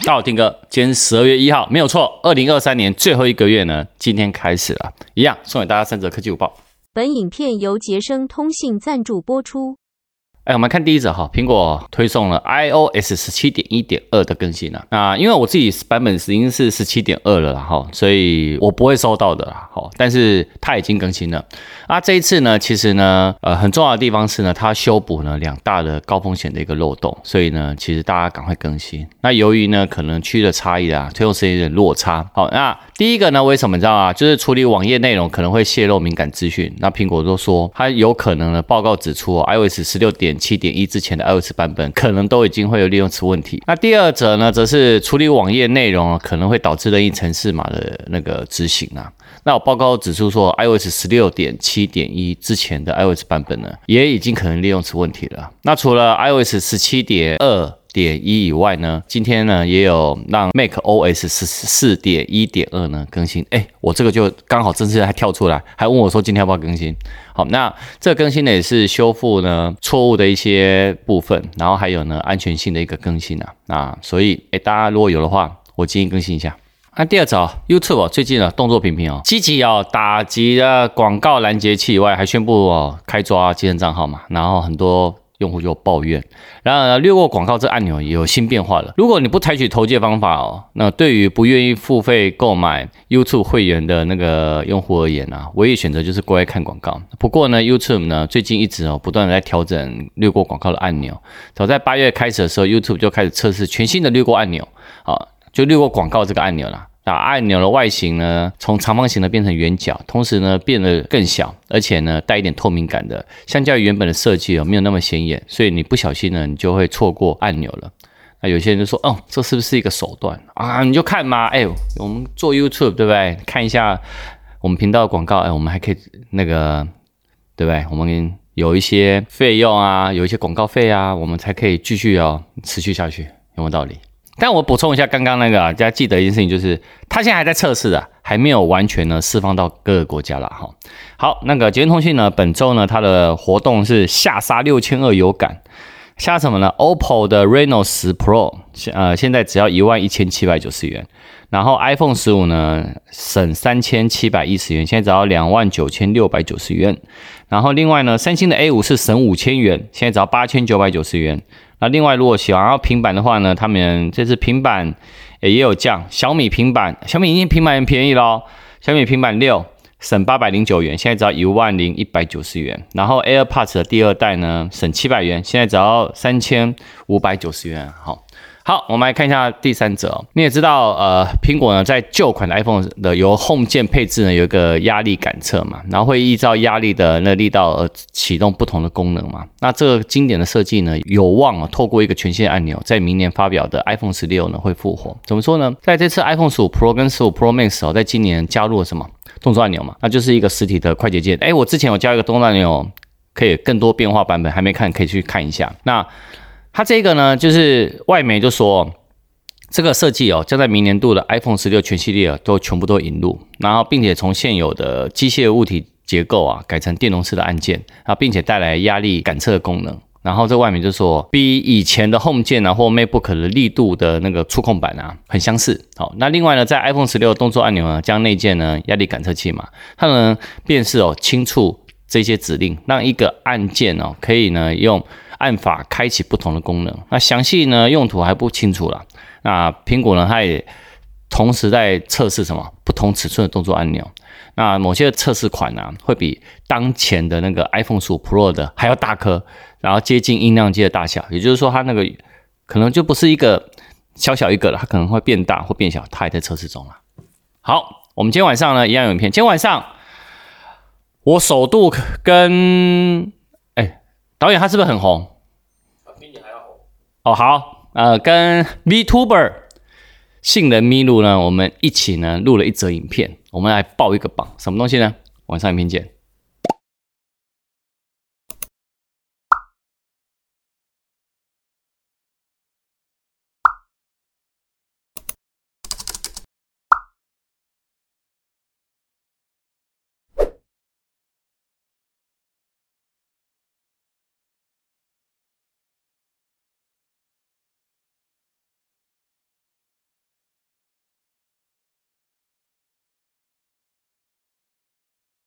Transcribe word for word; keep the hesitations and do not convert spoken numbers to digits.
大家好，丁哥，今天十二月一号，没有错，二零二三年最后一个月呢，今天开始了，一样送给大家三则科技午报。 本影片由杰生通信赞助播出。 哎，我们看第一则哈，苹果推送了 iOS 十七点一点二 的更新了。那因为我自己版本已经是 十七点二 了啦哈，所以我不会收到的啦哈。但是它已经更新了。啊，这一次呢，其实呢，呃，很重要的地方是呢，它修补了两大的高风险的一个漏洞，所以呢，其实大家赶快更新。那由于呢，可能区域的差异啊，推送时间有点落差。好，那第一个呢，为什么你知道啊？就是处理网页内容可能会泄露敏感资讯。那苹果都说，它有可能呢，报告指出、哦、iOS 十六点七点一之前的 iOS 版本可能都已经会有利用词问题。那第二则呢，则是处理网页内容可能会导致任意程式码的那个执行啊。那我报告指出说 iOS 十六点七点一之前的 iOS 版本呢，也已经可能利用此问题了。那除了 iOS 十七点二点一以外呢，今天呢也有让 macOS 十四点一点二呢更新。哎，我这个就刚好正式还跳出来，还问我说今天要不要更新。好，那这个更新呢也是修复呢错误的一些部分，然后还有呢安全性的一个更新啊。那所以哎，大家如果有的话，我建议更新一下。那第二则 YouTube、哦、最近啊动作频频哦，积极哦打击了广告拦截器以外，还宣布哦开抓接人账号嘛，然后很多用户就抱怨。然而呢，略过广告这按钮也有新变化了。如果你不采取投借方法哦，那对于不愿意付费购买 YouTube 会员的那个用户而言啊，唯一选择就是乖乖看广告。不过呢 YouTube 呢最近一直哦不断的在调整略过广告的按钮。早在八月开始的时候 YouTube 就开始测试全新的略过按钮啊。就略过广告这个按钮啦，那按钮的外形呢，从长方形的变成圆角，同时呢变得更小，而且呢带一点透明感的，相较于原本的设计哦，没有那么显眼，所以你不小心呢，你就会错过按钮了。那有些人就说，哦，这是不是一个手段啊？你就看嘛，哎，我们做 YouTube 对不对？看一下我们频道的广告，哎，我们还可以那个，对不对？我们有一些费用啊，有一些广告费啊，我们才可以继续哦持续下去，有没有道理？但我补充一下刚刚那个啊，大家记得一件事情，就是它现在还在测试啊，还没有完全呢释放到各个国家啦。哈。好，那个捷讯通讯呢，本周呢它的活动是下杀六千二有感，下什么呢 ？O P P O 的 Reno 十 Pro， 呃，现在只要一万一千七百九十元，然后 iPhone 十五呢省三千七百一十元，现在只要两万九千六百九十元，然后另外呢，三星的 A 五是省五千元，现在只要八千九百九十元。那另外，如果喜欢要平板的话呢，他们这次平板也有降，小米平板，小米已经平板很便宜咯，小米平板六省八百零九元，现在只要一万零一百九十元。然后 AirPods 的第二代呢，省七百元，现在只要三千五百九十元。好。好，我们来看一下第三则、哦。你也知道，呃，苹果呢在旧款的 iPhone 的由 Home 键配置呢有一个压力感测嘛，然后会依照压力的那力道而启动不同的功能嘛。那这个经典的设计呢，有望啊透过一个全新的按钮，在明年发表的 iPhone 十六呢会复活。怎么说呢？在这次 iPhone 十五 Pro 跟十五 Pro Max 哦，在今年加入了什么动作按钮嘛？那就是一个实体的快捷键。哎，我之前有加一个动作按钮，可以更多变化版本，还没看可以去看一下。那它这个呢，就是外媒就说，这个设计哦，将在明年度的 iPhone 十六全系列都全部都引入，然后并且从现有的机械物体结构啊，改成电容式的按键啊，并且带来压力感测的功能。然后这外媒就说，比以前的 Home 键啊或 MacBook 的力度的那个触控板啊很相似。好，那另外呢，在 iPhone 十六动作按钮呢，将内建呢压力感测器嘛，它能辨识哦轻触这些指令，让一个按键哦可以呢用按法开启不同的功能，那详细呢用途还不清楚啦。那苹果呢，它也同时在测试什么不同尺寸的动作按钮。那某些测试款啊，会比当前的那个 iPhone 十五 Pro 的还要大颗，然后接近音量机的大小。也就是说，它那个可能就不是一个小小一个了，它可能会变大或变小，它还在测试中啦。好，我们今天晚上呢一样有影片。今天晚上我首度跟导演他是不是很红？ 比你还要红哦，好，呃，跟 VTuber 杏仁咪露呢，我们一起呢录了一则影片，我们来爆一个榜，什么东西呢？晚上影片见。